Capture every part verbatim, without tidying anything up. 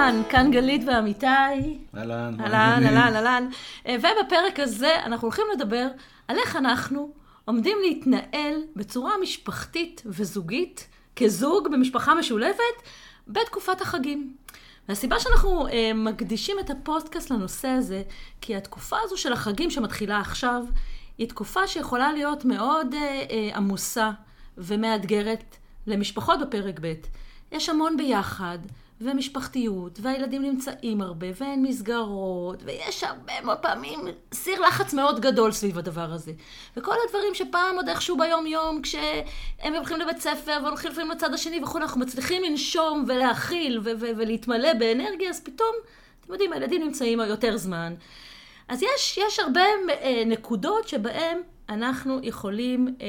אהלן, כאן גלית ואמיתי. אהלן, אהלן, אהלן, אהלן. ובפרק הזה אנחנו הולכים לדבר על איך אנחנו עומדים להתנהל בצורה משפחתית וזוגית, כזוג במשפחה משולבת, בתקופת החגים. והסיבה שאנחנו אה, מקדישים את הפודקאסט לנושא הזה, כי התקופה הזו של החגים שמתחילה עכשיו, היא תקופה שיכולה להיות מאוד אה, אה, עמוסה ומאתגרת למשפחות בפרק ב'. יש המון ביחד, ומשפחתיות, והילדים נמצאים הרבה, ואין מסגרות, ויש הרבה פעמים סיר לחץ מאוד גדול סביב הדבר הזה. וכל הדברים שפעם עוד איכשהו ביום יום, כשהם הולכים לבית ספר, והולכים לפעמים לצד השני וכו', אנחנו מצליחים לנשום ולהכיל ו- ו- ולהתמלא באנרגיה, אז פתאום, אתם יודעים, הילדים נמצאים יותר זמן. אז יש, יש הרבה אה, נקודות שבהם אנחנו יכולים אה,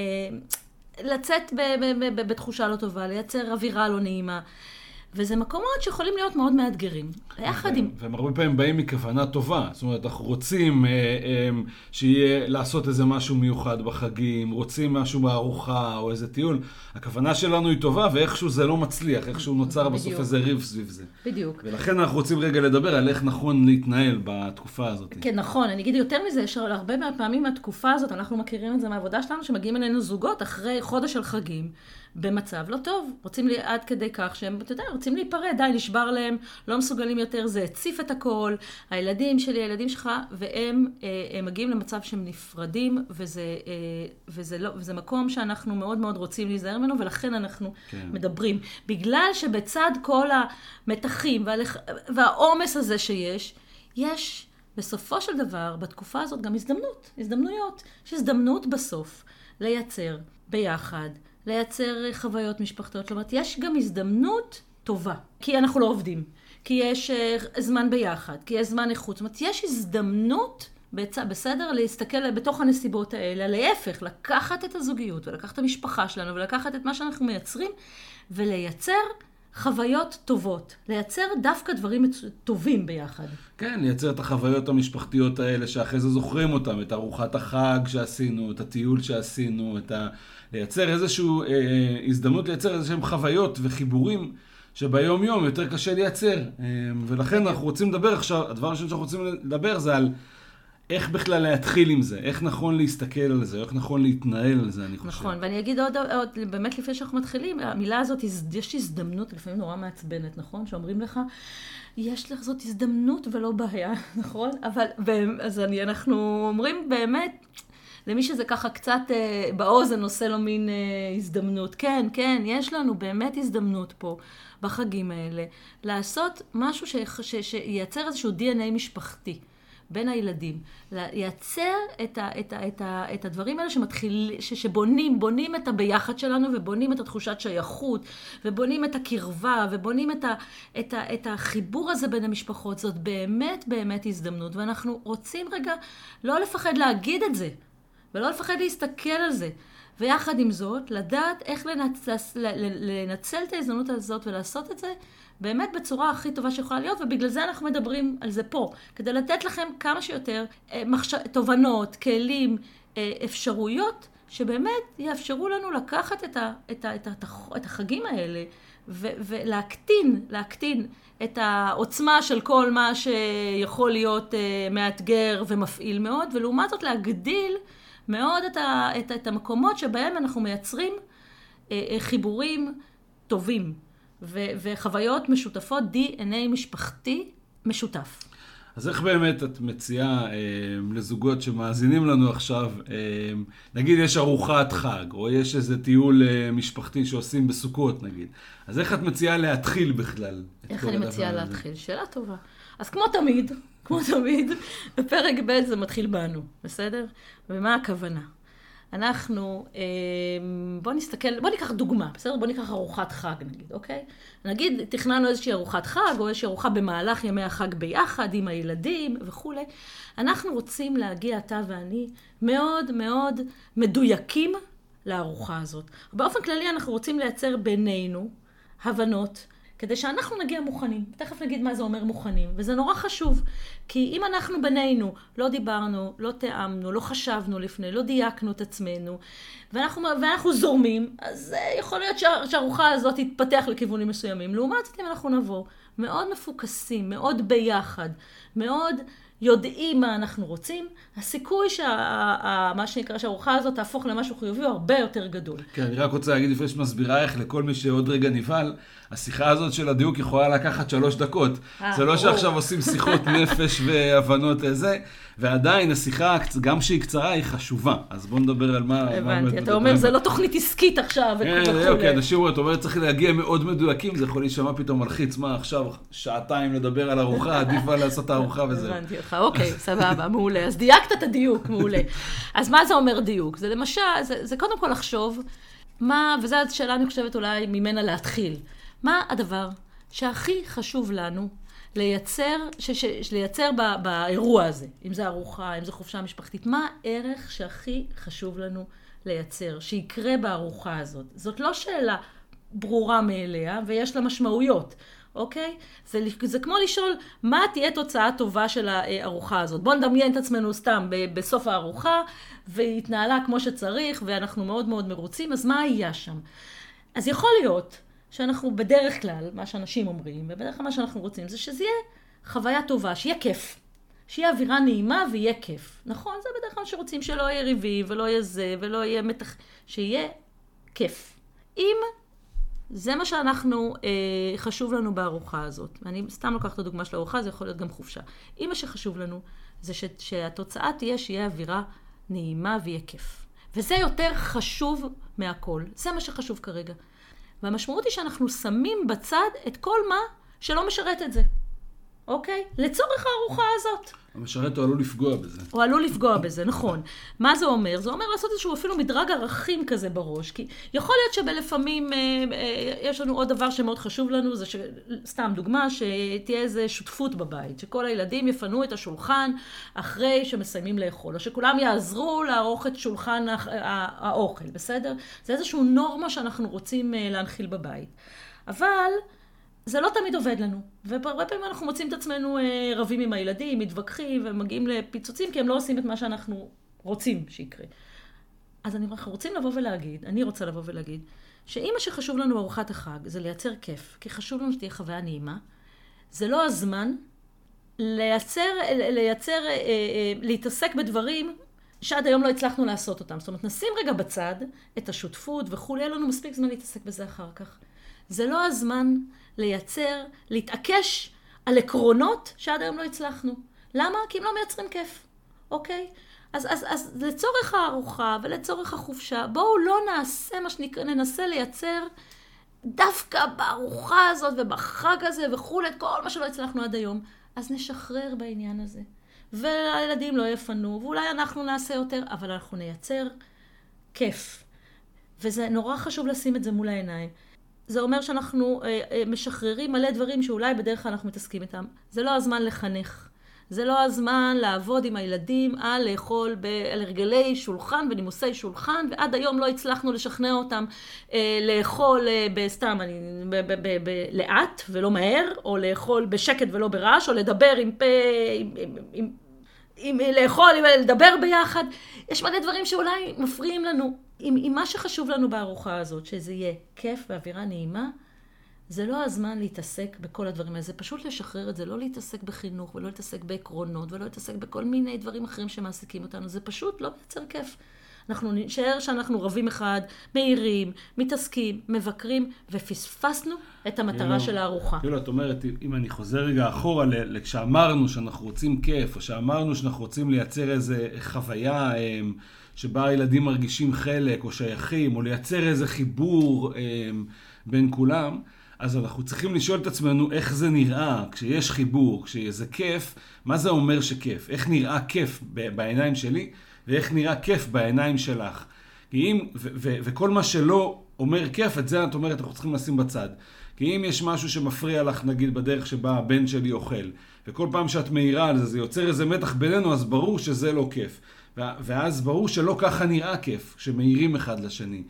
לצאת ב- ב- ב- בתחושה לא טובה, לייצר אווירה לא נעימה. וזה מקומות שיכולים להיות מאוד מאתגרים. יחד עם... והם הרבה פעמים באים מכוונה טובה. זאת אומרת, אנחנו רוצים אה, אה, שיהיה לעשות איזה משהו מיוחד בחגים, רוצים משהו בארוחה או איזה טיול. הכוונה שלנו היא טובה, ואיכשהו זה לא מצליח, איכשהו נוצר בדיוק. בסוף איזה ריב סביב זה. בדיוק. ולכן אנחנו רוצים רגע לדבר על איך נכון להתנהל בתקופה הזאת. כן, נכון. אני אגיד יותר מזה, יש הרבה מהפעמים מהתקופה הזאת, אנחנו מכירים את זה מהעבודה שלנו, שמגיעים אלינו זוגות אחרי חודש של חגים. במצב לא טוב, רוצים לי עד כדי כך שהם, אתה יודע, רוצים להיפרד, די, נשבר להם, לא מסוגלים יותר, זה הציף את הכל, הילדים שלי, הילדים שלך, והם הם מגיעים למצב שהם נפרדים, וזה, וזה, לא, וזה מקום שאנחנו מאוד מאוד רוצים להיזהר ממנו, ולכן אנחנו כן. מדברים. בגלל שבצד כל המתחים והעומס הזה שיש, יש בסופו של דבר, בתקופה הזאת גם הזדמנות, הזדמנויות, יש הזדמנות בסוף לייצר ביחד, לייצר חוויות משפחתיות. זאת אומרת, יש גם הזדמנות טובה, כי אנחנו לא עובדים, כי יש זמן ביחד, כי יש זמן איכות. זאת אומרת, יש הזדמנות בסדר להסתכל בתוך הנסיבות האלה, להפך, לקחת את הזוגיות ולקחת את המשפחה שלנו ולקחת את מה שאנחנו מייצרים ולייצר חוויות טובות, לייצר דווקא דברים טובים ביחד. כן, לייצר את החוויות המשפחתיות האלה שאחרי זה זוכרים אותם, את ארוחת החג שעשינו, את הטיול שעשינו, את ה... לייצר איזושהי אה, הזדמנות לייצר איזשהם חוויות וחיבורים שביום יום יותר קשה לייצר. אה, ולכן אנחנו רוצים לדבר עכשיו, הדבר הראשון שאנחנו רוצים לדבר זה על איך בכלל להתחיל עם זה, איך נכון להסתכל על זה, איך נכון להתנהל על זה, אני חושב. נכון, ואני אגיד עוד, עוד באמת לפני שאנחנו מתחילים, המילה הזאת, יש הזדמנות, לפעמים נורא מעצבנת, נכון? שאומרים לך, יש לך זאת הזדמנות ולא בעיה, נכון? אבל, אז אני, אנחנו אומרים באמת, למי שזה ככה קצת אה, באוזן עושה לו מין אה, הזדמנות. כן, כן, יש לנו באמת הזדמנות פה בחגים האלה, לעשות משהו ש, ש, שייצר איזשהו די אן איי משפחתי בין הילדים. לייצר את, ה, את, ה, את, ה, את הדברים האלה שמתחיל, ש, שבונים, בונים את הביחד שלנו ובונים את התחושת שייכות, ובונים את הקרבה, ובונים את, ה, את, ה, את החיבור הזה בין המשפחות. זאת באמת באמת הזדמנות, ואנחנו רוצים רגע לא לפחד להגיד את זה. ולא לפחד להסתכל על זה. ויחד עם זאת, לדעת איך לנצל, לנצל את ההזדמנות הזאת ולעשות את זה באמת בצורה הכי טובה שיכולה להיות, ובגלל זה אנחנו מדברים על זה פה. כדי לתת לכם כמה שיותר מחש... תובנות, כלים, אפשרויות, שבאמת יאפשרו לנו לקחת את, ה... את, ה... את, ה... את החגים האלה, ו... ולהקטין, להקטין את העוצמה של כל מה שיכול להיות מאתגר ומפעיל מאוד, ולעומת זאת להגדיל מאוד את, ה, את, את המקומות שבהם אנחנו מייצרים אה, חיבורים טובים ו, וחוויות משותפות, די אן איי משפחתי משותף. אז איך באמת את מציעה אה, לזוגות שמאזינים לנו עכשיו, אה, נגיד יש ארוחת חג, או יש איזה טיול אה, משפחתי שעושים בסוכות נגיד, אז איך את מציעה להתחיל בכלל? איך אני מציעה להתחיל? שאלה טובה. אז כמו תמיד, כמו תמיד, בפרק ב' זה מתחיל בנו, בסדר? ומה הכוונה? אנחנו, בוא נסתכל, בוא ניקח דוגמה, בסדר? בוא ניקח ארוחת חג נגיד, אוקיי? נגיד, תכננו איזושהי ארוחת חג, או איזושהי ארוחה במהלך ימי החג ביחד, עם הילדים וכו'. אנחנו רוצים להגיע, אתה ואני, מאוד מאוד מדויקים לארוחה הזאת. באופן כללי אנחנו רוצים לייצר בינינו הבנות, כדי שאנחנו נגיע מוכנים. תכף נגיד מה זה אומר מוכנים. וזה נורא חשוב. כי אם אנחנו בינינו לא דיברנו, לא תאמנו, לא חשבנו לפני, לא דייקנו את עצמנו, ואנחנו, ואנחנו זורמים, אז יכול להיות שהארוחה הזאת תתפתח לכיוונים מסוימים. לעומת זאת, אם אנחנו נבוא מאוד מפוקסים, מאוד ביחד, מאוד יודעים מה אנחנו רוצים, הסיכוי שמה שנקרא שהארוחה הזאת תהפוך למשהו חיובי הוא הרבה יותר גדול. כן, אני רק רוצה להגיד לפני שמסבירה איך לכל מי שעוד רגע נבהל, השיחה הזאת של הדיוק יכולה לקחת שלוש דקות. זה לא שעכשיו עושים שיחות נפש והבנות זה, ועדיין השיחה, גם שהיא קצרה, היא חשובה. אז בואו נדבר על מה... הבנתי, אתה אומר, זה לא תוכנית עסקית עכשיו. אוקיי, אנשים אומרים, אתה אומר, צריך להגיע מאוד מדויקים, זה יכול להישמע פתאום מלחיץ, מה עכשיו שעתיים לדבר על ארוחה, עדיף על לעשות את הארוחה וזהו. הבנתי אותך, אוקיי, סבבה, מעולה. אז דייקת את הדיוק, מעולה. אז מה זה אומר דיוק? זה למשל, זה קודם כל לחשוב, מה, וזו השאלה אני חושבת אולי ממנה להתחיל. מה הדבר שהכי חשוב לנו לייצר, ש, ש, ש, לייצר ב, באירוע הזה, אם זה ארוחה, אם זה חופשה משפחתית, מה הערך שהכי חשוב לנו לייצר, שיקרה בארוחה הזאת? זאת לא שאלה ברורה מאליה, ויש לה משמעויות, אוקיי? זה, זה כמו לשאול, מה תהיה תוצאה טובה של הארוחה הזאת? בואו נדמיין את עצמנו סתם ב, בסוף הארוחה, והיא התנהלה כמו שצריך, ואנחנו מאוד מאוד מרוצים, אז מה היה שם? אז יכול להיות שאנחנו בדרך כלל, מה שאנשים אומרים, ובדרך כלל מה שאנחנו רוצים, זה שזה יהיה חוויה טובה, שיהיה כיף. שיהיה אווירה נעימה ויהיה כיף. נכון? זה בדרך כלל שרוצים שלא יהיה ריבים, ולא יהיה זה, ולא יהיה מתח... שיהיה כיף. אם זה מה שאנחנו, אה, חשוב לנו בארוחה הזאת, ואני סתם לוקחת את הדוגמה של הארוחה, זה יכול להיות גם חופשה. אם מה שחשוב לנו, זה ש... שהתוצאה תהיה שיהיה אווירה נעימה ויהיה כיף. וזה יותר חשוב מהכל. זה מה שחשוב כרגע. והמשמעות היא שאנחנו שמים בצד את כל מה שלא משרת את זה. אוקיי? לצורך הארוחה הזאת. המשרת הוא עלול לפגוע בזה. הוא עלול לפגוע בזה, נכון. מה זה אומר? זה אומר לעשות איזשהו אפילו מדרג ערכים כזה בראש. כי יכול להיות שבלפעמים אה, אה, יש לנו עוד דבר שמאוד חשוב לנו, זה ש... סתם דוגמה, שתהיה איזו שותפות בבית, שכל הילדים יפנו את השולחן אחרי שמסיימים לאכול, או שכולם יעזרו לערוך את שולחן האוכל, בסדר? זה איזשהו נורמה שאנחנו רוצים אה, להנחיל בבית. אבל זה לא תמיד עובד לנו, והרבה פעמים אנחנו מוצאים את עצמנו אה, רבים עם הילדים, מתווכחים ומגיעים לפיצוצים, כי הם לא עושים את מה שאנחנו רוצים שיקרה. אז אנחנו רוצים לבוא ולהגיד, אני רוצה לבוא ולהגיד, שאם מה שחשוב לנו בארוחת החג זה לייצר כיף, כי חשוב לנו שתהיה חוויה נעימה, זה לא הזמן לייצר, לייצר, אה, אה, להתעסק בדברים שעד היום לא הצלחנו לעשות אותם. זאת אומרת, נשים רגע בצד את השותפות וכו', יהיה לנו מספיק זמן להתעסק בזה אחר כך. זה לא הזמן לייצר, להתעקש על עקרונות שעד היום לא הצלחנו. למה? כי הם לא מייצרים כיף, אוקיי? אז, אז, אז לצורך הארוחה ולצורך החופשה, בואו לא נעשה מה שנקרא, ננסה לייצר דווקא בארוחה הזאת ובחג הזה וכו' את כל מה שלא הצלחנו עד היום. אז נשחרר בעניין הזה. והילדים לא יפנו, ואולי אנחנו נעשה יותר, אבל אנחנו נייצר כיף. וזה נורא חשוב לשים את זה מול העיניים. זה אומר שאנחנו אה, אה, משחררים מלא דברים שאולי בדרך כלל אנחנו מתעסקים איתם. זה לא הזמן לחנך. זה לא הזמן לעבוד עם הילדים על לאכול על הרגלי שולחן ונימוסי שולחן, ועד היום לא הצלחנו לשכנע אותם אה, לאכול אה, בסתם, אני, ב, ב, ב, ב, לאט ולא מהר, או לאכול בשקט ולא ברעש, או לדבר עם פה, עם, עם, עם, עם, לאכול, עם, לדבר ביחד. יש מלא דברים שאולי מפריעים לנו. עם, עם מה שחשוב לנו בארוחה הזאת, שזה יהיה כיף ואווירה נעימה, זה לא הזמן להתעסק בכל הדברים האלה, זה פשוט לשחרר את זה, לא להתעסק בחינוך ולא להתעסק בעקרונות ולא להתעסק בכל מיני דברים אחרים שמעסיקים אותנו, זה פשוט לא מייצר כיף. אנחנו נשאר שאנחנו רבים אחד, מהירים, מתעסקים, מבקרים, ופספסנו את המטרה של הארוחה. כאילו, את אומרת, אם אני חוזר רגע אחורה, כשאמרנו שאנחנו רוצים כיף, או שאמרנו שאנחנו רוצים לייצר איזה חוויה שבה הילדים מרגישים חלק או שייכים, או לייצר איזה חיבור בין כולם, אז אנחנו צריכים לשאול את עצמנו איך זה נראה, כשיש חיבור, כשיש כיף, מה זה אומר שכיף? איך נראה כיף בעיניים שלי, ואיך נראה כיף בעיניים שלך? כי אם, ו- ו- וכל מה שלא אומר כיף, את זה את אומרת, אנחנו צריכים לשים בצד. כי אם יש משהו שמפריע לך, נגיד, בדרך שבה הבן שלי אוכל, וכל פעם שאת מהירה על זה, זה יוצר איזה מתח בינינו, אז ברור שזה לא כיף. ואז ברור שלא ככה נראה כיף, כשמהירים אחד לשני.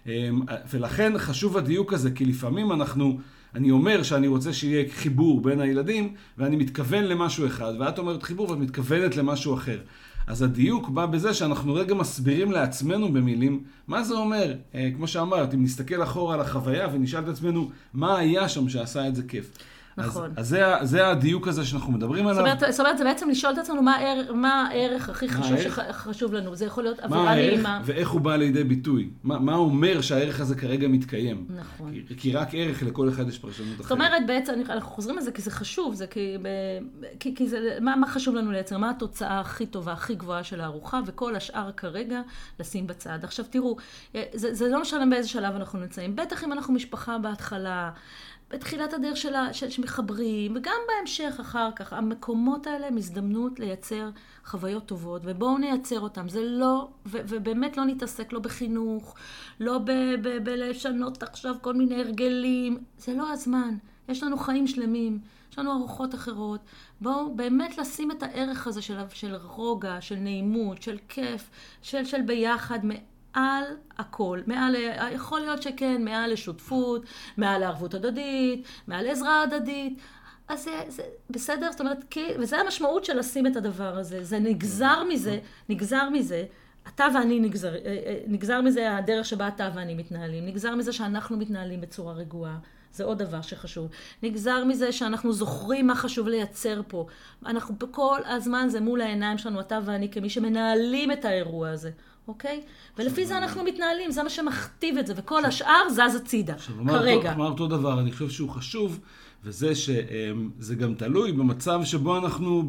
ולכן חשוב הדיוק הזה, כי לפעמים אנחנו, אני אומר שאני רוצה שיהיה חיבור בין הילדים, ואני מתכוון למשהו אחד, ואת אומרת חיבור ואת מתכוונת למשהו אחר. אז הדיוק בא בזה שאנחנו רגע מסבירים לעצמנו במילים, מה זה אומר? כמו שאמרת, אם נסתכל אחורה על החוויה ונשאל את עצמנו, מה היה שם שעשה את זה כיף? נכון. אז, אז זה, זה הדיוק הזה שאנחנו מדברים עליו. זאת אומרת, זאת אומרת, זה בעצם לשאול את עצמנו מה הערך, מה הערך הכי חשוב שחשוב לנו. זה יכול להיות מה הערך ואיך הוא בא לידי ביטוי. מה, מה אומר שהערך הזה כרגע מתקיים. נכון. כי, כי רק ערך לכל אחד יש פרשנות אחרת. זאת אומרת, בעצם אנחנו חוזרים לזה כי זה חשוב, זה כי, כי, כי זה, מה, מה חשוב לנו לייצר, מה התוצאה הכי טובה, הכי גבוהה של הארוחה, וכל השאר כרגע לשים בצד. עכשיו תראו, זה, זה לא משנה באיזה שלב אנחנו נמצאים. בטח אם אנחנו משפחה בהתחלה, בתחילת הדרך שלה, שמחברים, וגם בהמשך אחר כך, המקומות האלה הם הזדמנות לייצר חוויות טובות, ובואו נייצר אותם. זה לא, ו- ובאמת לא נתעסק, לא בחינוך, לא בלשנות עכשיו כל מיני הרגלים. זה לא הזמן. יש לנו חיים שלמים, יש לנו ארוחות אחרות. בואו באמת לשים את הערך הזה של, של רוגע, של נעימות, של כיף, של, של ביחד, מעל הכל. מעל, יכול להיות שכן, מעל לשותפות, מעל לערבות הדדית, מעל עזרה הדדית. אז זה, זה בסדר, זאת אומרת, כי, וזה המשמעות של לשים את הדבר הזה. זה נגזר מזה, נגזר מזה, אתה ואני נגזר, נגזר מזה הדרך שבה אתה ואני מתנהלים, נגזר מזה שאנחנו מתנהלים בצורה רגועה. זה עוד דבר שחשוב. נגזר מזה שאנחנו זוכרים מה חשוב לייצר פה. אנחנו בכל הזמן זה מול העיניים שלנו, אתה ואני, כמי שמנהלים את האירוע הזה. אוקיי? ולפי זה אנחנו מתנהלים, זה מה שמכתיב את זה, וכל השאר זז הצידה, כרגע. אמר אותו דבר, אני חושב שהוא חשוב, וזה שזה גם תלוי במצב שבו אנחנו,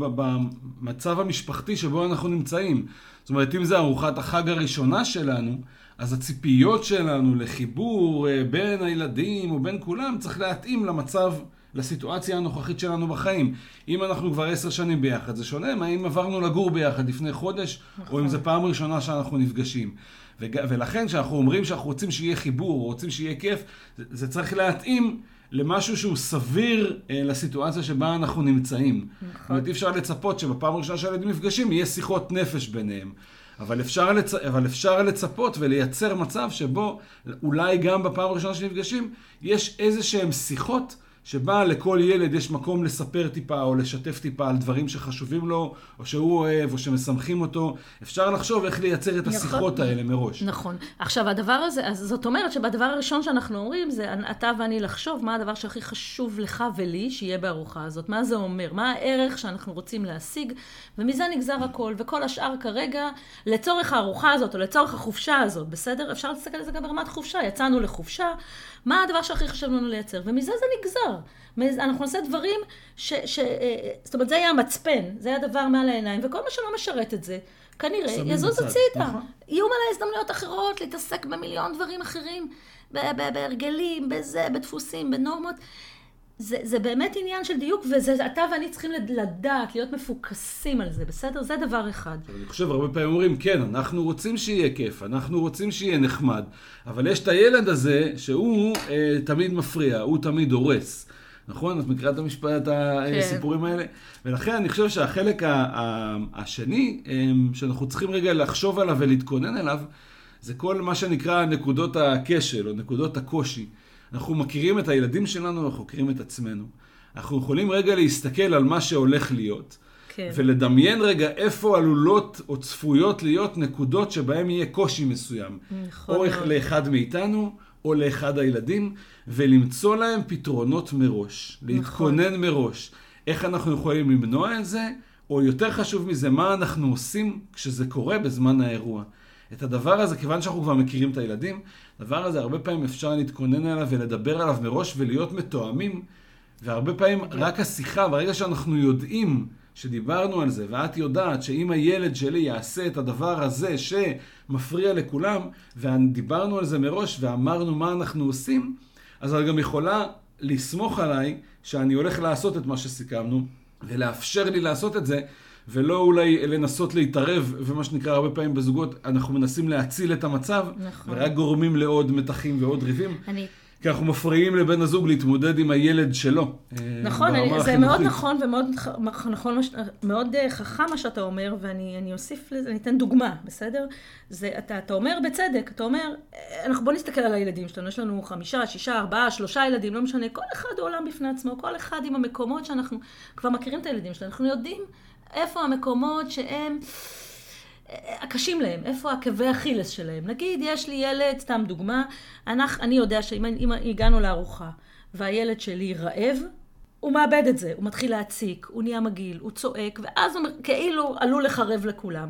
במצב המשפחתי שבו אנחנו נמצאים. זאת אומרת, אם זה ארוחת החג הראשונה שלנו, אז הציפיות שלנו לחיבור בין הילדים או בין כולם צריך להתאים למצב, לסיטואציה הנוכחית שלנו בחיים. אם אנחנו כבר עשר שנים ביחד, זה שונה, מה אם עברנו לגור ביחד לפני חודש, נכון. או אם זה פעם ראשונה שאנחנו נפגשים. ו- ולכן שאנחנו אומרים שאנחנו רוצים שיהיה חיבור, או רוצים שיהיה כיף, זה, זה צריך להתאים למשהו שהוא סביר אה, לסיטואציה שבה אנחנו נמצאים. נכון. זאת אומרת, אי אפשר לצפות שבפעם ראשונה שהילדים נפגשים, יהיה שיחות נפש ביניהם. אבל אפשר, לצ... אבל אפשר לצפות ולייצר מצב שבו אולי גם בפעם הראשונה שנפגשים, יש איזה שהם שיחות שבה לכל ילד יש מקום לספר טיפה או לשתף טיפה על דברים שחשובים לו, או שהוא אוהב, או שמסמכים אותו. אפשר לחשוב איך לייצר את השיחות האלה מראש. נכון. עכשיו, הדבר הזה, אז זאת אומרת שבדבר הראשון שאנחנו אומרים, זה אתה ואני לחשוב מה הדבר שהכי חשוב לך ולי שיהיה בארוחה הזאת. מה זה אומר? מה הערך שאנחנו רוצים להשיג? ומזה נגזר הכל, וכל השאר כרגע, לצורך הארוחה הזאת, או לצורך החופשה הזאת, בסדר? אפשר להסתכל על זה גם ברמת חופשה. יצאנו לחופשה. מה הדבר שהכי חשוב לנו לייצר? ומזה זה נגזר. אנחנו נעשה דברים ש... ש... זאת אומרת, זה היה המצפן, זה היה הדבר מעל העיניים, וכל מה שלא משרת את זה, כנראה יזוז הצידה. יהיו מלא הזדמנויות אחרות, להתעסק במיליון דברים אחרים, בהרגלים, בזה, בדפוסים, בנורמות. זה, זה באמת עניין של דיוק, וזה אתה ואני צריכים לדעת, להיות מפוקסים על זה, בסדר? זה דבר אחד. אני חושב, הרבה פעמים אומרים, כן, אנחנו רוצים שיהיה כיף, אנחנו רוצים שיהיה נחמד, אבל יש את הילד הזה שהוא אה, תמיד מפריע, הוא תמיד הורס. נכון? את מכירה את המשפט, הסיפורים כן. האלה? ולכן אני חושב שהחלק ה- ה- השני, אה, שאנחנו צריכים רגע לחשוב עליו ולהתכונן אליו, זה כל מה שנקרא נקודות הכשל או נקודות הקושי. אנחנו מכירים את הילדים שלנו, אנחנו מכירים את עצמנו. אנחנו יכולים רגע להסתכל על מה שהולך להיות, כן. ולדמיין רגע איפה עלולות או צפויות להיות נקודות שבהם יהיה קושי מסוים. נכון. או לאחד מאיתנו, או לאחד הילדים, ולמצוא להם פתרונות מראש, להתכונן נכון. מראש. איך אנחנו יכולים למנוע את זה, או יותר חשוב מזה, מה אנחנו עושים כשזה קורה בזמן האירוע. את הדבר הזה, כיוון שאנחנו כבר מכירים את הילדים, הדבר הזה הרבה פעמים אפשר להתכונן עליו ולדבר עליו מראש ולהיות מתואמים, והרבה פעמים רק השיחה, ברגע שאנחנו יודעים שדיברנו על זה, ואת יודעת שאם הילד שלי יעשה את הדבר הזה שמפריע לכולם, ודיברנו על זה מראש ואמרנו מה אנחנו עושים, אז את גם יכולה לסמוך עליי שאני הולך לעשות את מה שסיכמנו, ולאפשר לי לעשות את זה, ולא אולי לנסות להתערב, ומה שנקרא הרבה פעמים בזוגות, אנחנו מנסים להציל את המצב, נכון. ורק גורמים לעוד מתחים ועוד ריבים. אני... כי אנחנו מפריעים לבן הזוג להתמודד עם הילד שלו. נכון, אני, זה מאוד נכון ומאוד נכון, מאוד חכם מה שאתה אומר, ואני אני אוסיף לזה, אני אתן דוגמה, בסדר? זה, אתה, אתה אומר בצדק, אתה אומר, אנחנו בוא נסתכל על הילדים שלנו, יש לנו חמישה, שישה, ארבעה, שלושה ילדים, לא משנה, כל אחד הוא עולם בפני עצמו, כל אחד עם המקומות שאנחנו כבר מכירים את הילדים שלנו, אנחנו יודעים איפה המקומות שהם הקשים להם, איפה עקבי אכילס שלהם. נגיד, יש לי ילד, סתם דוגמה, אני, אני יודע שאם אם הגענו לארוחה והילד שלי רעב, הוא מאבד את זה, הוא מתחיל להציק, הוא נהיה מגעיל, הוא צועק, ואז הוא כאילו עלול לחרב לכולם.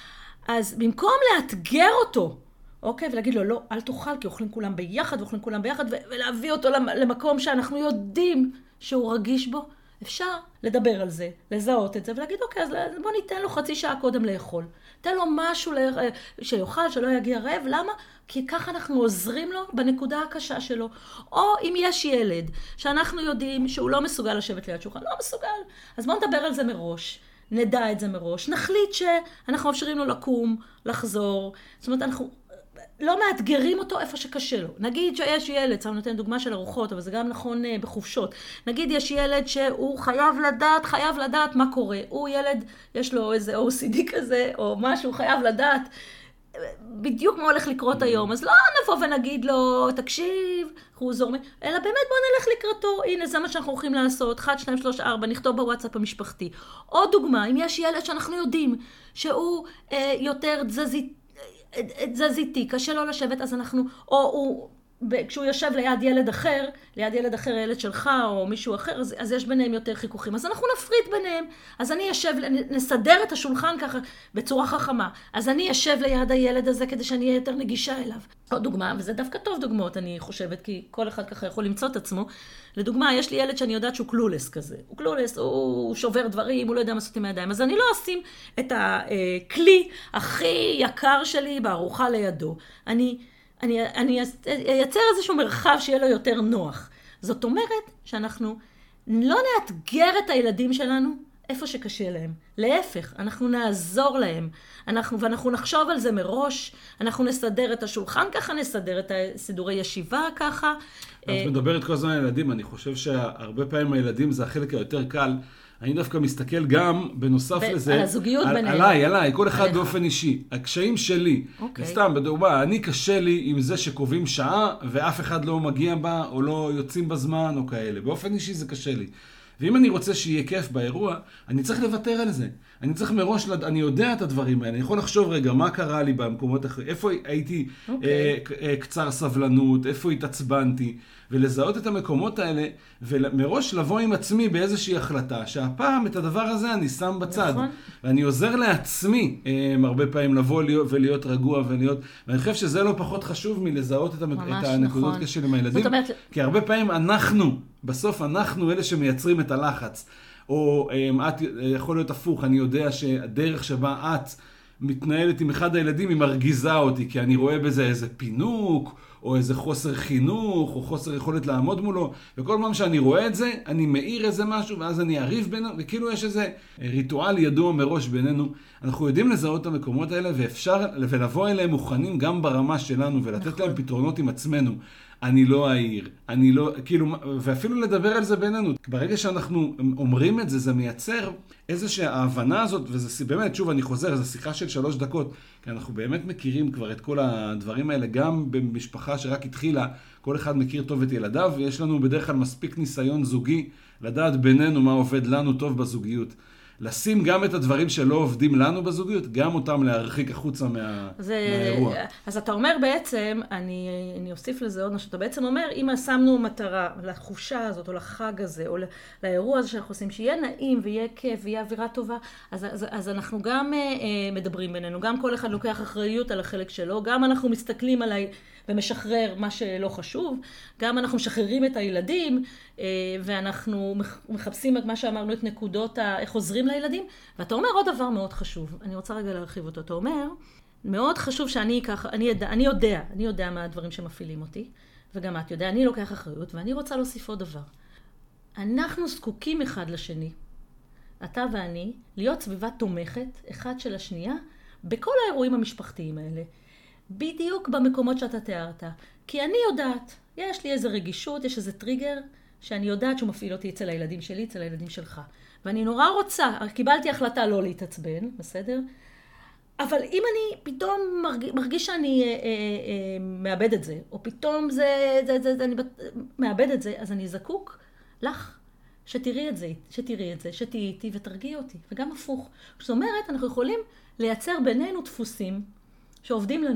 אז במקום לאתגר אותו, אוקיי, ולהגיד לו, לא, אל תאכל, כי אוכלים כולם ביחד, ואוכלים כולם ביחד, ולהביא אותו למקום שאנחנו יודעים שהוא רגיש בו, אפשר לדבר על זה, לזהות את זה, ולהגיד, אוקיי, אז בוא ניתן לו חצי שעה קודם לאכול. תן לו משהו שיוכל, שלא יגיע רעב. למה? כי ככה אנחנו עוזרים לו בנקודה הקשה שלו. או אם יש ילד שאנחנו יודעים שהוא לא מסוגל לשבת ליד שולחן, לא מסוגל, אז בוא נדבר על זה מראש. נדע את זה מראש. נחליט שאנחנו מאפשרים לו לקום, לחזור. זאת אומרת, אנחנו לא מאתגרים אותו איפה שקשה לו. נגיד שיש ילד, אני נותן דוגמה של ארוחות, אבל זה גם נכון בחופשות. נגיד יש ילד שהוא חייב לדעת, חייב לדעת מה קורה. הוא ילד, יש לו איזה או סי די כזה, או משהו, חייב לדעת בדיוק מה הולך לקרות היום. אז לא נבוא ונגיד לו, תקשיב, הוא זורמי, אלא באמת בוא נלך לקראתו. הנה, זה מה שאנחנו הולכים לעשות. אחת, שתיים, שלוש, ארבע, נכתוב בוואטסאפ המשפחתי. עוד דוגמה, אם יש ילד שאנחנו יודעים שהוא אה, יותר תזזיתי, תזזיתי, קשה לו לשבת, אז אנחנו, או הוא, כשהוא יושב ליד ילד אחר, ליד ילד אחר, ילד שלך או מישהו אחר, אז, אז יש ביניהם יותר חיכוכים. אז אנחנו נפריד ביניהם. אז אני יושב, נסדר את השולחן ככה בצורה חכמה. אז אני יושב ליד הילד הזה כדי שאני אהיה יותר נגישה אליו. עוד דוגמה, וזה דווקא טוב דוגמאות, אני חושבת, כי כל אחד ככה יכול למצוא את עצמו. לדוגמה, יש לי ילד שאני יודעת שהוא קלולס כזה. הוא קלולס, הוא שובר דברים, הוא לא יודע מה לעשות עם הידיים. אז אני לא אשים את הכלי הכי יקר שלי בארוחה לידו. אני... אני, אני אייצר איזשהו מרחב שיהיה לו יותר נוח. זאת אומרת שאנחנו לא נאתגר את הילדים שלנו איפה שקשה להם. להפך, אנחנו נעזור להם. אנחנו, ואנחנו נחשוב על זה מראש, אנחנו נסדר את השולחן ככה, נסדר את סידורי ישיבה ככה. את מדברת כל הזמן על ילדים, אני חושב שהרבה פעמים הילדים זה החלק היותר קל. אני דווקא מסתכל גם, בנוסף ב- לזה, על הזוגיות על, ביניהם. עליי, עליי, כל אחד עליך. באופן אישי. הקשיים שלי, אוקיי. סתם, בדוגמה, אני קשה לי עם זה שקובעים שעה, ואף אחד לא מגיע בה, או לא יוצאים בזמן, או כאלה. באופן אישי זה קשה לי. ואם אני רוצה שיהיה כיף באירוע, אני צריך לוותר על זה. אני צריך מראש, אני יודע את הדברים האלה, אני יכול לחשוב רגע מה קרה לי במקומות אחרים, איפה הייתי okay. אה, אה, קצר סבלנות, איפה התעצבנתי, ולזהות את המקומות האלה, ומראש לבוא עם עצמי באיזושהי החלטה, שהפעם את הדבר הזה אני שם בצד. נכון. ואני עוזר לעצמי אה, הרבה פעמים לבוא ולהיות רגוע ולהיות, ואני חושב שזה לא פחות חשוב מלזהות את, המק... את הנקודות נכון. כשל עם הילדים, אומרת... כי הרבה פעמים אנחנו, בסוף אנחנו אלה שמייצרים את הלחץ. או את, יכול להיות הפוך, אני יודע שהדרך שבה את מתנהלת עם אחד הילדים היא מרגיזה אותי, כי אני רואה בזה איזה פינוק, או איזה חוסר חינוך, או חוסר יכולת לעמוד מולו, וכל פעם שאני רואה את זה, אני מאיר איזה משהו, ואז אני אריב בינינו, וכאילו יש איזה ריטואל ידוע מראש בינינו. אנחנו יודעים לזהות את המקומות האלה, ואפשר, ולבוא אליהם מוכנים גם ברמה שלנו, ולתת נכון. להם פתרונות עם עצמנו. אני לא אעיר, אני לא, כאילו, ואפילו לדבר על זה בינינו. ברגע שאנחנו אומרים את זה, זה מייצר איזושהי ההבנה הזאת, וזה באמת, שוב, אני חוזר, זו שיחה של שלוש דקות, כי אנחנו באמת מכירים כבר את כל הדברים האלה, גם במשפחה שרק התחילה, כל אחד מכיר טוב את ילדיו, ויש לנו בדרך כלל מספיק ניסיון זוגי, לדעת בינינו מה עובד לנו טוב בזוגיות. לשים גם את הדברים שלא עובדים לנו בזוגיות, גם אותם להרחיק החוצה מה, זה, מהאירוע. אז אתה אומר בעצם, אני, אני אוסיף לזה עוד משהו, אתה בעצם אומר, אם שמנו מטרה לחושה הזאת, או לחג הזה, או לאירוע הזה שאנחנו עושים, שיהיה נעים ויהיה כיף ויהיה אווירה טובה, אז, אז, אז אנחנו גם אה, מדברים בינינו, גם כל אחד לוקח אחריות על החלק שלו, גם אנחנו מסתכלים עליי ומשחרר מה שלא חשוב, גם אנחנו משחררים את הילדים, ואנחנו מחפשים את מה שאמרנו, את נקודות, איך עוזרים לילדים. ואתה אומר עוד דבר מאוד חשוב, אני רוצה רגע להרחיב אותו. אתה אומר, מאוד חשוב שאני ככה, אני יודע, אני יודע, אני יודע מה הדברים שמפעילים אותי, וגם את יודע, אני לוקח אחריות, ואני רוצה להוסיף עוד דבר. אנחנו זקוקים אחד לשני, אתה ואני, להיות סביבה תומכת, אחד של השנייה, בכל האירועים המשפחתיים האלה. בדיוק במקומות שאתה תיארת. כי אני יודעת, יש לי איזו רגישות, יש איזה טריגר, שאני יודעת שהוא מפעיל אותי אצל הילדים שלי, אצל הילדים שלך. ואני נורא רוצה, קיבלתי החלטה לא להתעצבן, בסדר? אבל אם אני פתאום מרגיש, מרגיש שאני אה, אה, אה, מאבד את זה, או פתאום זה, זה, זה, זה, אני מאבד את זה, אז אני זקוק לך, שתראי את זה, שתראי את זה, שתהיי איתי ותרגיעי אותי. וגם הפוך. זאת אומרת, אנחנו יכולים לייצר בינינו דפוסים, שעובדים לנו.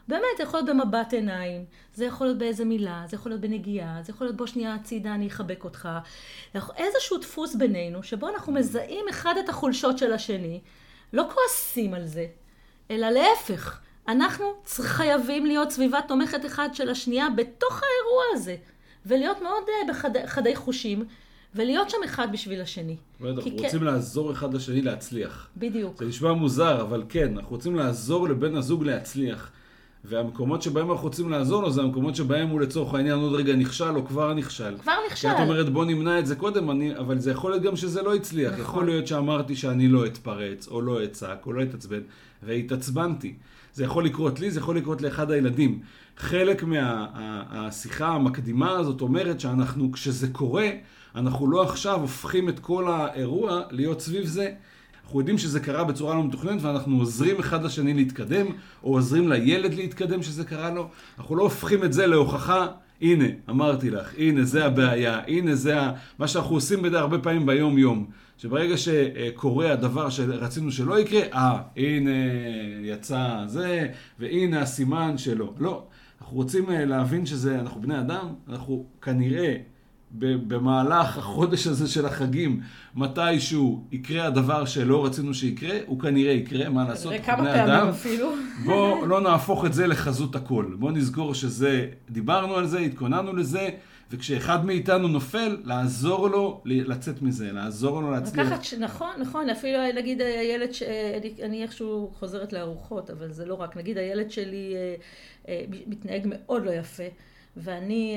באמת, זה יכול להיות במבט עיניים, זה יכול להיות באיזה מילה, זה יכול להיות בנגיעה, זה יכול להיות בוא שנייה הצידה, אני אחבק אותך. איזשהו דפוס בינינו, שבו אנחנו מזהים אחד את החולשות של השני, לא כועסים על זה, אלא להפך. אנחנו חייבים להיות סביבה תומכת אחד של השנייה בתוך האירוע הזה, ולהיות מאוד בחדי חדי חושים, ולהיות שם אחד בשביל השני. אנחנו רוצים כן... לעזור אחד לשני להצליח. בדיוק. זה נשמע מוזר, אבל כן, אנחנו רוצים לעזור לבן הזוג להצליח. והמקומות שבהם אנחנו רוצים לעזור לו, זה המקומות שבהם הוא לצורך העניין עוד רגע נכשל או כבר נכשל. כבר נכשל. כי את אומרת בוא נמנע את זה קודם, אני, אבל זה יכול להיות גם שזה לא הצליח. נכון. יכול להיות שאמרתי שאני לא אתפרץ, או לא אצעק, או לא אתעצבן, והתעצבנתי. זה יכול לקרות לי, זה יכול לקרות לאחד הילדים. חלק מהשיחה המקדימה הזאת אומרת שאנחנו, כשזה קורה, אנחנו לא עכשיו הופכים את כל האירוע להיות סביב זה. אנחנו יודעים שזה קרה בצורה לא מתוכננת, ואנחנו עוזרים אחד לשני להתקדם, או עוזרים לילד להתקדם שזה קרה לו. אנחנו לא הופכים את זה להוכחה, הנה, אמרתי לך, הנה זה הבעיה, הנה זה מה שאנחנו עושים בדי הרבה פעמים ביום יום. שברגע שקורה הדבר שרצינו שלא יקרה, אה, הנה יצא זה, והנה הסימן שלו. לא, אנחנו רוצים להבין שזה, אנחנו בני אדם, אנחנו כנראה במהלך החודש הזה של החגים, מתישהו יקרה הדבר שלא רצינו שיקרה, הוא כנראה יקרה, מה לעשות, בני אדם. אפילו. בוא לא נהפוך את זה לחזות הכל. בוא נזכור שזה, דיברנו על זה, התכוננו לזה, וכשאחד מאיתנו נופל, לעזור לו לצאת מזה, לעזור לו להצליח. לקחת, נכון, נכון, אפילו נגיד הילד, ש... אני איכשהו חוזרת לארוחות, אבל זה לא רק, נגיד הילד שלי מתנהג מאוד לא יפה, ואני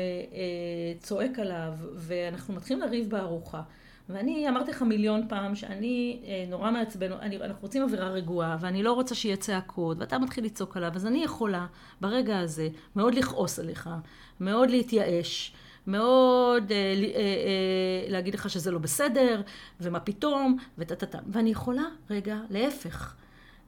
צועק עליו, ואנחנו מתחילים לריב בארוחה. ואני אמרתי לך מיליון פעם שאני נורא מעצבן, אנחנו רוצים אווירה רגועה, ואני לא רוצה שיהיה צעקות, ואתה מתחיל לצעוק עליו, אז אני יכולה ברגע הזה מאוד לכעוס עליך, מאוד להתייאש, מאוד אה, אה, אה, להגיד לך שזה לא בסדר, ומה פתאום, ותתתם. ואני יכולה רגע להפך,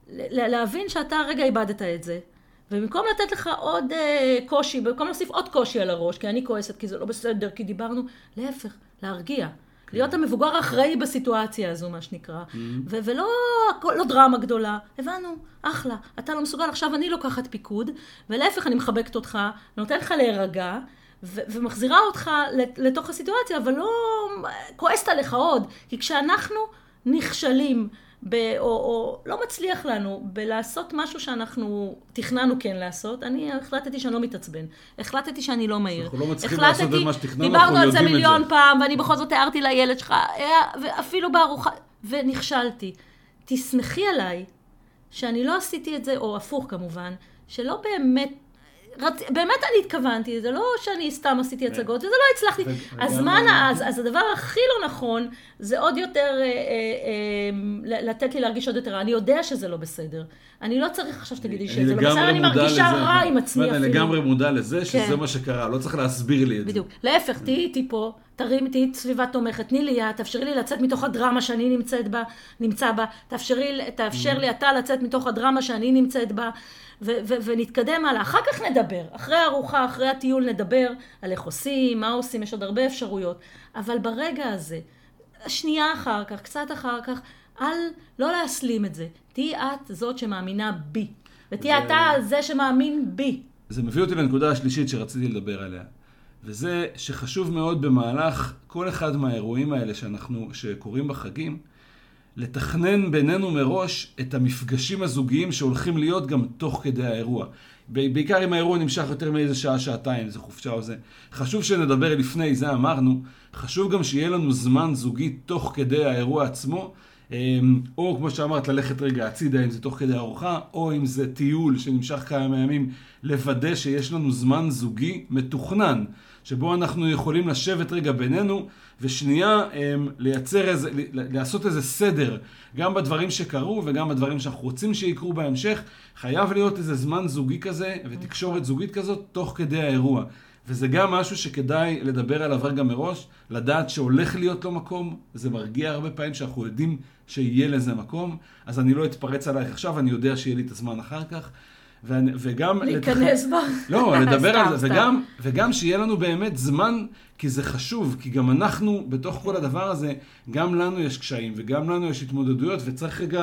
להבין שאתה רגע איבדת את זה, ובמקום לתת לך עוד אה, קושי, במקום להוסיף עוד קושי על הראש, כי אני כועסת, כי זה לא בסדר, כי דיברנו, להפך, להרגיע. להיות המבוגר האחראי בסיטואציה הזו, מה שנקרא. ו- ולא לא דרמה גדולה. הבנו, אחלה, אתה לא מסוגל, עכשיו אני לוקחת פיקוד, ולהפך אני מחבקת אותך, נותן לך להירגע, ו- ומחזירה אותך לתוך הסיטואציה, אבל לא כועסת עליך עוד. כי כשאנחנו נכשלים, ב- או, או לא מצליח לנו בלעשות משהו שאנחנו תכננו כן לעשות, אני החלטתי שאני לא מתעצבן. החלטתי שאני לא מהיר. אנחנו לא מצליחים לעשות את מה שתכננו, אנחנו יודעים את זה. דיברנו על זה מיליון פעם, ואני בכל זאת הערתי לילד שלך, ואפילו בארוחה, ונכשלתי. תסמכי עליי שאני לא עשיתי את זה, או הפוך כמובן, שלא באמת, רצ... באמת אני התכוונתי, זה לא שאני סתם עשיתי הצגות, וזה לא הצלחתי. הזמן, אז, אז הדבר הכי לא נכון, זה עוד יותר, אה, אה, אה, לתת לי להרגיש עוד יותר, אני יודע שזה לא בסדר. אני לא צריך עכשיו שתגידי שזה לא בסדר, אני מרגישה רע עם עצמי אפילו. אני לגמרי מודע לזה שזה מה שקרה, לא צריך להסביר לי את זה. בדיוק. להפך, תהי איתי פה, תרים, תהי סביבה תומכת, תני לי יד, תאפשרי לי לצאת מתוך הדרמה שאני נמצאת בה, נמצא בה, תאפשרי, תאפשר לי אתה לצאת מתוך הדרמה שאני נמצאת בה, ו- ו- ונתקדם הלאה. אחר כך נדבר, אחרי הארוחה, אחרי הטיול נדבר על איך עושים, מה עושים, יש עוד הרבה אפשרויות. אבל ברגע הזה, שנייה אחר כך, קצת אחר כך, אל לא להסלים את זה. תהי את זאת שמאמינה בי, ותהיה אתה זה שמאמין בי. זה מביא אותי לנקודה השלישית שרציתי לדבר עליה. וזה שחשוב מאוד במהלך כל אחד מהאירועים האלה שאנחנו, שקורים בחגים, לתכנן בינינו מראש את המפגשים הזוגיים שהולכים להיות גם תוך כדי האירוע. בעיקר אם האירוע נמשך יותר מאיזה שעה, שעתיים, איזה חופשה או זה. חשוב שנדבר לפני, זה אמרנו, חשוב גם שיהיה לנו זמן זוגי תוך כדי האירוע עצמו, או כמו שאמרת, ללכת רגע הצידה אם זה תוך כדי ארוחה, או אם זה טיול שנמשך כמה ימים, לוודא שיש לנו זמן זוגי מתוכנן, שבו אנחנו יכולים לשבת רגע בינינו, ושנייה לייצר איזה, לעשות איזה סדר, גם בדברים שקרו וגם בדברים שאנחנו רוצים שיקרו בהמשך, חייב להיות איזה זמן זוגי כזה, ותקשורת זוגית כזאת תוך כדי האירוע. וזה גם משהו שכדאי לדבר עליו רגע מראש, לדעת שהולך להיות לו מקום, זה מרגיע הרבה פעמים שאנחנו יודעים שיהיה לזה מקום, אז אני לא אתפרץ עלייך עכשיו, אני יודע שיהיה לי את הזמן אחר כך, ו- וגם... להיכנס בה. לא, לדבר על זה, וגם, וגם שיהיה לנו באמת זמן, כי זה חשוב, כי גם אנחנו, בתוך כל הדבר הזה, גם לנו יש קשיים, וגם לנו יש התמודדויות, וצריך רגע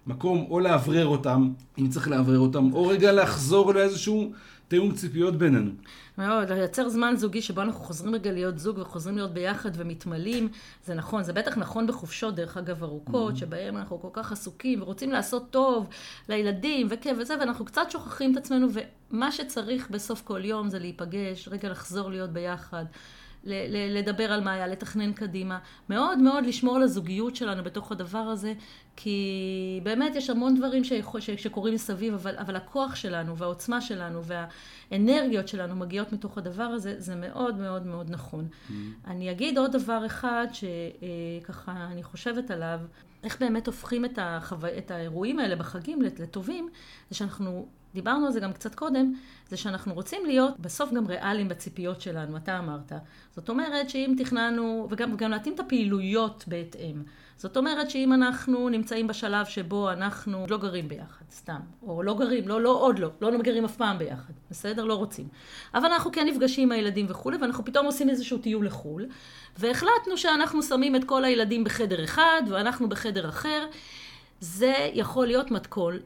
מקום או לעברר אותם, אם צריך לעברר אותם, או רגע לחזור לאיזשהו תיאום ציפיות בינינו. מאוד, לייצר זמן זוגי שבו אנחנו חוזרים רגע להיות זוג וחוזרים להיות ביחד ומתמלאים, זה נכון, זה בטח נכון בחופשות דרך אגב ארוכות, שבהם אנחנו כל כך עסוקים ורוצים לעשות טוב לילדים וכיף וזה, ואנחנו קצת שוכחים את עצמנו, ומה שצריך בסוף כל יום זה להיפגש, רגע לחזור להיות ביחד. לדבר על מה היה, לתכנן קדימה. מאוד מאוד לשמור על הזוגיות שלנו בתוך הדבר הזה, כי באמת יש המון דברים שקורים מסביב, אבל, אבל הכוח שלנו והעוצמה שלנו והאנרגיות שלנו מגיעות מתוך הדבר הזה, זה מאוד מאוד מאוד נכון. Mm-hmm. אני אגיד עוד דבר אחד שככה אני חושבת עליו, איך באמת הופכים את, החו... את האירועים האלה בחגים לטובים, זה שאנחנו דיברנו על זה גם קצת קודם, זה שאנחנו רוצים להיות בסוף גם ריאליים בציפיות שלנו, אתה אמרת. זאת אומרת שאם תכננו, וגם, וגם להתאים את הפעילויות בהתאם. זאת אומרת שאם אנחנו נמצאים בשלב שבו אנחנו לא גרים ביחד, סתם, או לא גרים, לא, לא, עוד לא, לא גרים אף פעם ביחד, בסדר? לא רוצים. אבל אנחנו כן נפגשים עם הילדים וכו', ואנחנו פתאום עושים איזשהו טיול לחו"ל, והחלטנו שאנחנו שמים את כל הילדים בחדר אחד, ואנחנו בחדר אחר. זה יכול להיות מתכון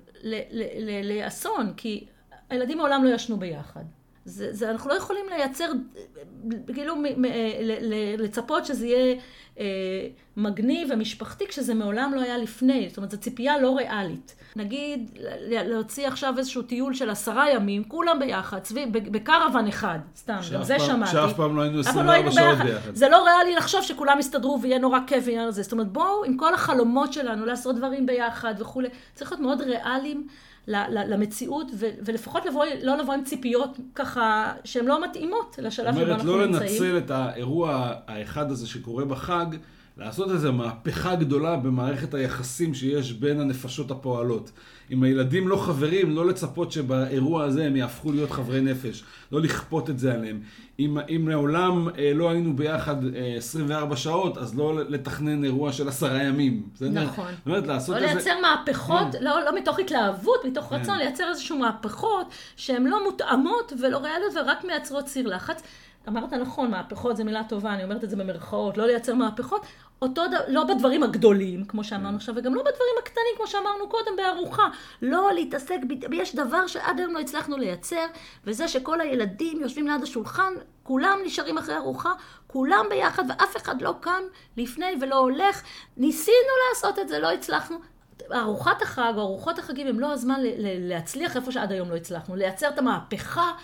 לאסון, כי הילדים מעולם לא ישנו ביחד. זה, זה, אנחנו לא יכולים לייצר, כאילו, מ, מ, ל, לצפות שזה יהיה אה, מגניב ומשפחתי, כשזה מעולם לא היה לפני. זאת אומרת, זו ציפייה לא ריאלית. נגיד, להוציא עכשיו איזשהו טיול של עשרה ימים, כולם ביחד, צבי, בקרוון אחד, סתם, גם זה שמעתי. שאף פעם לא היינו עשרים וארבע שעות ביחד. זה לא ריאלי לחשוב שכולם יסתדרו ויהיה נורא כיף ועניין הזה. זאת אומרת, בואו עם כל החלומות שלנו לעשות דברים ביחד וכו'. צריך להיות מאוד ריאליים למציאות, ולפחות לא לבוא עם ציפיות ככה, שהן לא מתאימות לשלב שבו אנחנו נמצאים. אומרת, לא לנצל את האירוע האחד הזה שקורה בחג, לעשות איזו מהפכה גדולה במערכת היחסים שיש בין הנפשות הפועלות. אם הילדים לא חברים, לא לצפות שבאירוע הזה הם יהפכו להיות חברי נפש, לא לכפות את זה עליהם. אם, אם לעולם אה, לא היינו ביחד אה, עשרים וארבע שעות, אז לא לתכנן אירוע של עשרה ימים. נכון. זאת אומרת, לעשות לא איזה... לייצר מהפכות, לא, לא מתוך התלהבות, מתוך רצון, לייצר איזשהו מהפכות שהן לא מותאמות ולא ריאליות ורק מייצרות סיר לחץ. אמרת נכון, מהפכות זה מילה טובה, אני אומרת את זה במרכאות, לא לייצר מהפכות, אותו ד... לא בדברים הגדולים, כמו שאמרנו עכשיו, וגם לא בדברים הקטנים, כמו שאמרנו קודם, בארוחה. לא להתעסק, ב... יש דבר שעד היום לא הצלחנו לייצר, וזה שכל הילדים יושבים ליד השולחן, כולם נשארים אחרי ארוחה, כולם ביחד, ואף אחד לא קם לפני ולא הולך. ניסינו לעשות את זה, לא הצלחנו. ארוחת החג או ארוחות החגים הם לא הזמן להצליח איפה שעד היום לא הצלחנו, לייצר את המהפכה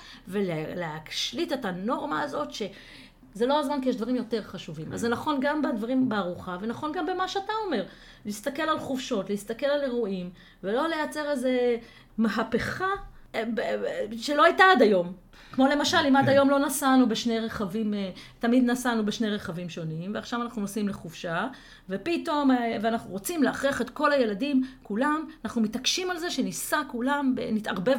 ולהשליט את הנורמה הזאת שזה לא הזמן כי יש דברים יותר חשובים. אז זה נכון גם בדברים בארוחה ונכון גם במה שאתה אומר, להסתכל על חופשות, להסתכל על אירועים ולא לייצר איזה מהפכה שלא הייתה עד היום. כמו למשל, אם עד היום לא נסענו בשני רכבים, תמיד נסענו בשני רכבים שונים, ועכשיו אנחנו נוסעים לחופשה, ופתאום, ואנחנו רוצים להכריח את כל הילדים, כולם, אנחנו מתעקשים על זה שניסע כולם, נתערבב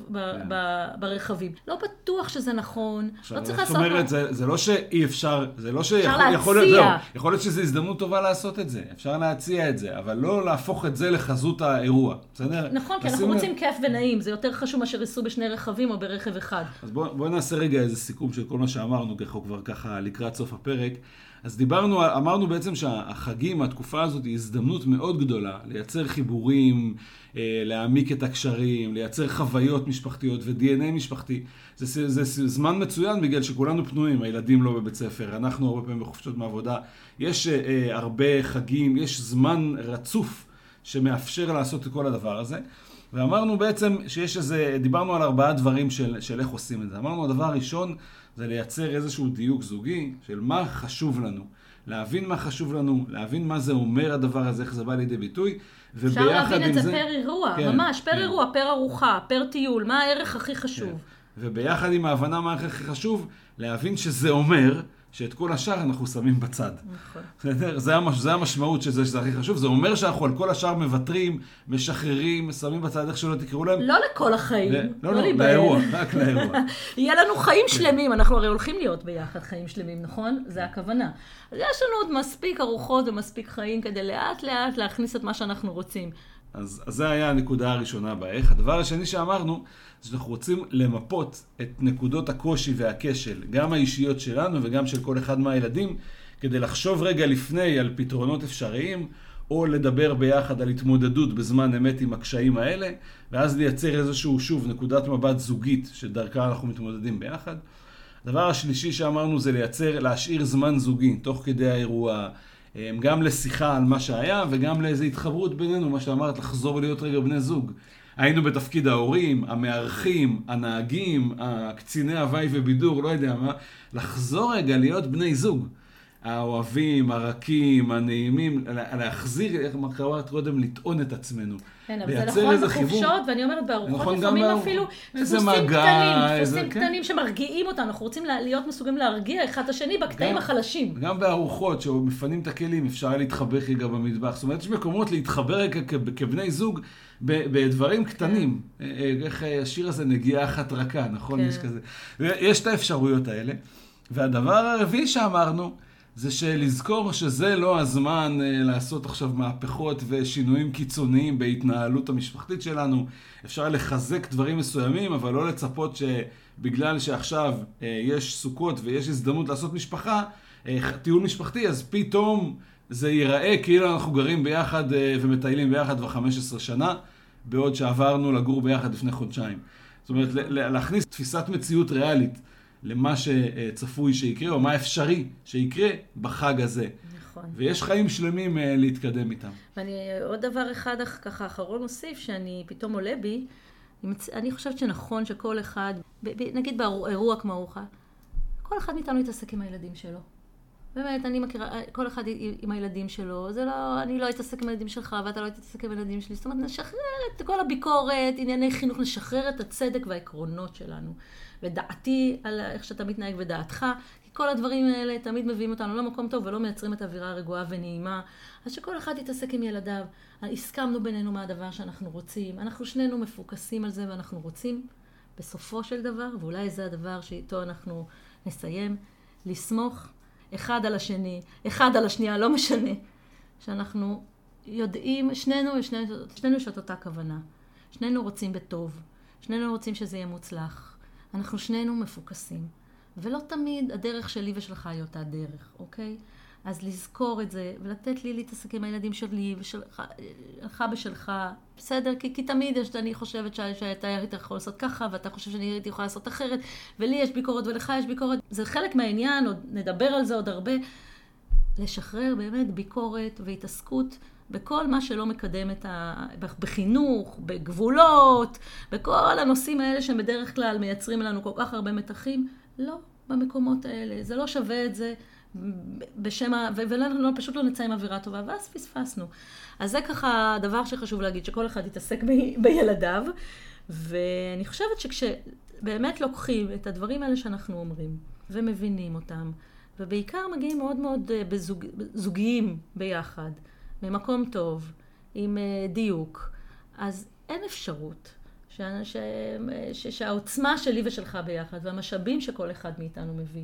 ברכבים. לא בטוח שזה נכון, לא צריך לעשות... זאת אומרת, זה לא שאי אפשר, זה לא אפשר להציע. יכול להיות שזו הזדמנות טובה לעשות את זה, אפשר להציע את זה, אבל לא להפוך את זה לחזות האירוע, בסדר? נכון, כי אנחנו רוצים כיף ונעים, זה יותר חשוב מאשר ייסעו בשני רכבים או ברכב אחד. אז בוא, בוא נעשה רגע איזה סיכום של כל מה שאמרנו, ככה כבר ככה לקראת סוף הפרק. אז דיברנו, אמרנו בעצם שהחגים, התקופה הזאת היא הזדמנות מאוד גדולה, לייצר חיבורים, להעמיק את הקשרים, לייצר חוויות משפחתיות ו-די אן איי משפחתי. זה, זה, זה זמן מצוין בגלל שכולנו פנויים, הילדים לא בבית ספר, אנחנו הרבה פעמים בחופשות מעבודה. יש אה, הרבה חגים, יש זמן רצוף שמאפשר לעשות את כל הדבר הזה. ואמרנו בעצם שיש איזה, דיברנו על ארבעה דברים של, של איך עושים את זה. אמרנו, הדבר הראשון זה לייצר איזשהו דיוק זוגי של מה חשוב לנו. להבין מה חשוב לנו, להבין מה זה אומר הדבר הזה, איך זה בא לידי ביטוי. אפשר להבין את זה, זה פר אירוע, כן, ממש, פר כן. אירוע, פר ארוחה, פר טיול, מה הערך הכי חשוב. כן. וביחד עם ההבנה מה הערך הכי חשוב, להבין שזה אומר שאת כל השאר אנחנו שמים בצד. נכון. זה, המש, זה המשמעות שזה, שזה הכי חשוב. זה אומר שאנחנו על כל השאר מוותרים, משחררים, שמים בצד איך שלא תקראו להם. לא לכל החיים. ל... לא, לא, לא לאירוע, רק לאירוע. יהיה לנו חיים שלמים, אנחנו הרי הולכים להיות ביחד חיים שלמים, נכון? זה הכוונה. אז יש לנו עוד מספיק ארוחות ומספיק חיים כדי לאט לאט להכניס את מה שאנחנו רוצים. אז, אז זה היה הנקודה הראשונה באיך. הדבר השני שאמרנו, זה שאנחנו רוצים למפות את נקודות הקושי והכשל, גם האישיות שלנו וגם של כל אחד מהילדים, כדי לחשוב רגע לפני על פתרונות אפשריים, או לדבר ביחד על התמודדות בזמן אמת עם הקשיים האלה, ואז לייצר איזשהו, שוב, נקודת מבט זוגית שדרכה אנחנו מתמודדים ביחד. הדבר השלישי שאמרנו זה לייצר, להשאיר זמן זוגי תוך כדי האירוע, גם לשיחה על מה שהיה וגם לאיזו התחברות בינינו, מה שאמרת, לחזור להיות רגע בני זוג. היינו בתפקיד ההורים, המארחים, הנהגים, הקציני הוואי ובידור, לא יודע מה, לחזור רגע להיות בני זוג. האוהבים, הרכים, הנעימים, להחזיר, איך קראת קודם, לטעון את עצמנו. כן, אבל זה נכון בחופשות, ואני אומרת בארוחות לפעמים אפילו דפוסים קטנים, דפוסים קטנים שמרגיעים אותנו, אנחנו רוצים להיות מסוגלים להרגיע אחד את השני בקטעים החלשים. גם בארוחות שמפנים את הכלים, אפשר להתחבר רגע במטבח. זאת אומרת, יש מקומות להתחבר רגע כבני זוג בדברים קטנים. איך השיר הזה נגיעה אחת רכה, נכון? יש כזה. יש את האפשרויות האלה. והדבר הרביעי שאמרנו, זה שלזכור שזה לא הזמן לעשות עכשיו מהפכות ושינויים קיצוניים בהתנהלות המשפחתית שלנו. אפשר לחזק דברים מסוימים, אבל לא לצפות שבגלל שעכשיו יש סוכות ויש הזדמנות לעשות משפחה, טיול משפחתי, אז פתאום זה ייראה כאילו אנחנו גרים ביחד ומטיילים ביחד ב-חמש עשרה שנה, בעוד שעברנו לגור ביחד לפני חודשיים. זאת אומרת, להכניס תפיסת מציאות ריאלית. למה שצפוי שיקרה, או מה אפשרי שיקרה בחג הזה. נכון. ויש חיים שלמים להתקדם איתם. ואני עוד דבר אחד ככה אחרון אוסיף, שאני פתאום עולה בי, אני חושבת שנכון שכל אחד, נגיד באירוע כמו ארוחה, כל אחד מאיתנו יתעסק עם הילדים שלו. באמת, אני מכירה, כל אחד עם הילדים שלו, זה לא, אני לא אתעסק עם הילדים שלך, ואתה לא תתעסק עם הילדים שלי. זאת אומרת, נשחרר את כל הביקורת, ענייני חינוך, נשחרר את הצדק והעקרונות שלנו. ודעתי על איך שאתה מתנהג ודעתך, כי כל הדברים האלה תמיד מביאים אותנו למקום טוב ולא מייצרים את האווירה הרגועה ונעימה. אז שכל אחד יתעסק עם ילדיו. הסכמנו בינינו מה הדבר שאנחנו רוצים. אנחנו שנינו מפוקסים על זה ואנחנו רוצים בסופו של דבר, ואולי זה הדבר שאיתו אנחנו נסיים, לסמוך אחד על השני, אחד על השנייה, לא משנה, שאנחנו יודעים, שנינו, שנינו, שנינו יש את אותה כוונה. שנינו רוצים בטוב, שנינו רוצים שזה יהיה מוצלח. אנחנו שנינו מפוקסים, ולא תמיד הדרך שלי ושלך היא אותה דרך, אוקיי? אז לזכור את זה, ולתת לי להתעסק עם הילדים שלי ושלך בשלך, בסדר? כי, כי תמיד יש, אני חושבת ש, שאתה היית יכול לעשות ככה, ואתה חושב שאני הייתי יכולה לעשות אחרת, ולי יש ביקורת ולך יש ביקורת. זה חלק מהעניין, עוד נדבר על זה עוד הרבה. לשחרר באמת ביקורת והתעסקות בכל מה שלא מקדם את ה... בחינוך, בגבולות, בכל הנושאים האלה שבדרך כלל מייצרים לנו כל כך הרבה מתחים. לא, במקומות האלה. זה לא שווה את זה. בשם ה... ולא, פשוט לא נצא עם אווירה טובה, ואז פספסנו. אז זה ככה הדבר שחשוב להגיד, שכל אחד יתעסק ב... בילדיו, ואני חושבת שכשבאמת לוקחים את הדברים האלה שאנחנו אומרים, ומבינים אותם, ובעיקר מגיעים מאוד מאוד בזוג... זוגיים ביחד, במקום טוב, עם דיוק, אז אין אפשרות ש... ש... ש... שהעוצמה שלי ושלך ביחד, והמשאבים שכל אחד מאיתנו מביא,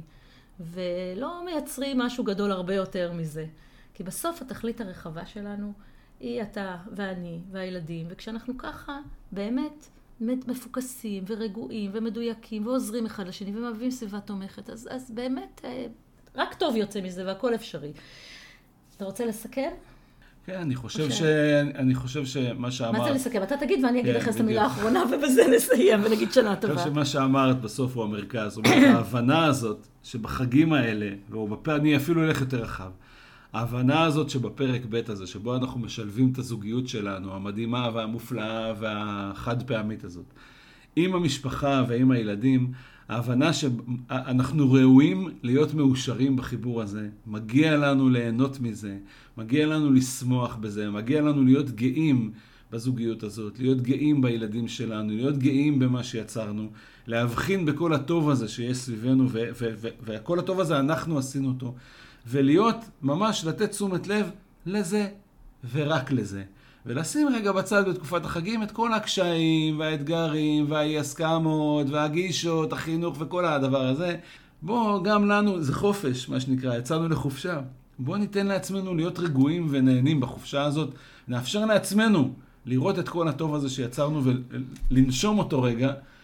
ולא מייצרים משהו גדול הרבה יותר מזה. כי בסוף התכלית הרחבה שלנו היא אתה ואני והילדים, וכשאנחנו ככה באמת מפוקסים ורגועים ומדויקים ועוזרים אחד לשני ומביאים סביבה תומכת, אז, אז באמת רק טוב יוצא מזה והכל אפשרי. אתה רוצה לסכם? כן, אני חושב ש... אני חושב שמה שאמרת... מה זה לסכם? אתה תגיד ואני אגיד לך את המילה האחרונה ובזה נסיים ונגיד שנה טובה. אני חושב שמה שאמרת בסוף הוא המרכז. זאת אומרת, ההבנה הזאת שבחגים האלה, ואני אפילו אלך יותר רחב, ההבנה הזאת שבפרק ב' הזה, שבו אנחנו משלבים את הזוגיות שלנו, המדהימה והמופלאה והחד פעמית הזאת, עם המשפחה ועם הילדים, ההבנה שאנחנו ראויים להיות מאושרים בחיבור הזה, מגיע לנו ליהנות מזה, מגיע לנו לשמוח בזה, מגיע לנו להיות גאים בזוגיות הזאת, להיות גאים בילדים שלנו, להיות גאים במה שיצרנו, להבחין בכל הטוב הזה שיש סביבנו, וכל הטוב הזה אנחנו עשינו אותו, ולהיות ממש לתת תשומת לב לזה ורק לזה. ולשים רגע בצד בתקופת החגים את כל הקשיים והאתגרים והאי-הסכמות והגישות, החינוך וכל הדבר הזה. בוא, גם לנו, זה חופש, מה שנקרא, יצאנו לחופשה. בוא ניתן לעצמנו להיות רגועים ונהנים בחופשה הזאת. נאפשר לעצמנו לראות את כל הטוב הזה שיצרנו ולנשום אותו רגע,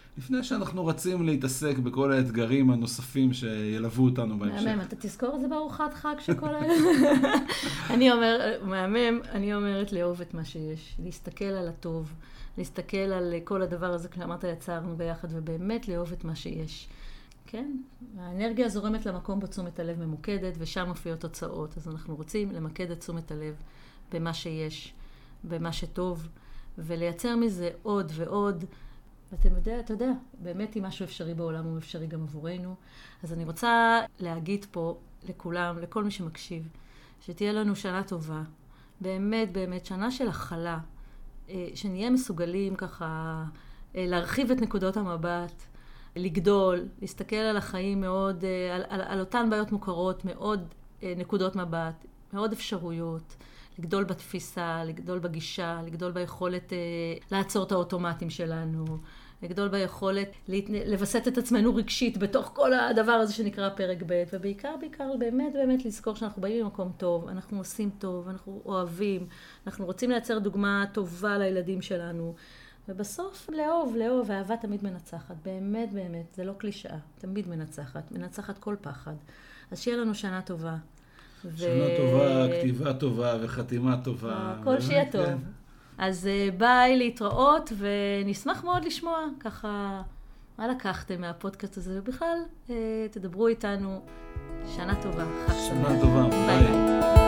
לפני שאנחנו רצים להתעסק בכל האתגרים הנוספים שילוו אותנו בהמשך. מהמם, אתה תזכור את זה בארוחת חג שכל ה... אני אומר, מהמם, אני אומרת לאהוב את מה שיש, להסתכל על הטוב, להסתכל על כל הדבר הזה, כשאמרת יצרנו ביחד, ובאמת לאהוב את מה שיש. כן, האנרגיה זורמת למקום בו תשומת הלב ממוקדת, ושם מופיעות תוצאות. אז אנחנו רוצים למקד את תשומת הלב במה שיש, במה שטוב, ולייצר מזה עוד ועוד. ואתם יודע, אתה יודע, באמת אם משהו אפשרי בעולם הוא אפשרי גם עבורנו. אז אני רוצה להגיד פה לכולם, לכל מי שמקשיב, שתהיה לנו שנה טובה. באמת, באמת, שנה של הכלה, שנהיה מסוגלים ככה להרחיב את נקודות המבט, לגדול, להסתכל על החיים מאוד, על, על, על אותן בעיות מוכרות, מאוד נקודות מבט, מאוד אפשרויות, לגדול בתפיסה, לגדול בגישה, לגדול ביכולת לעצור את האוטומטים שלנו, לגדול ביכולת לבסט את עצמנו רגשית בתוך כל הדבר הזה שנקרא פרק ב', ובעיקר, בעיקר באמת באמת לזכור שאנחנו באים ממקום טוב, אנחנו עושים טוב, אנחנו אוהבים, אנחנו רוצים לייצר דוגמה טובה לילדים שלנו, ובסוף לאהוב, לאהוב, האהבה תמיד מנצחת, באמת באמת, זה לא קלישאה, תמיד מנצחת, מנצחת כל פחד. אז שיהיה לנו שנה טובה. שנה ו... טובה, כתיבה טובה וחתימה טובה. הכל שיהיה טוב. כן. אז ביי, להתראות, ונשמח מאוד לשמוע ככה מה לקחתם מהפודקאסט הזה, ובכלל תדברו איתנו. שנה טובה, חג שמח. שנה טובה, ביי. ביי.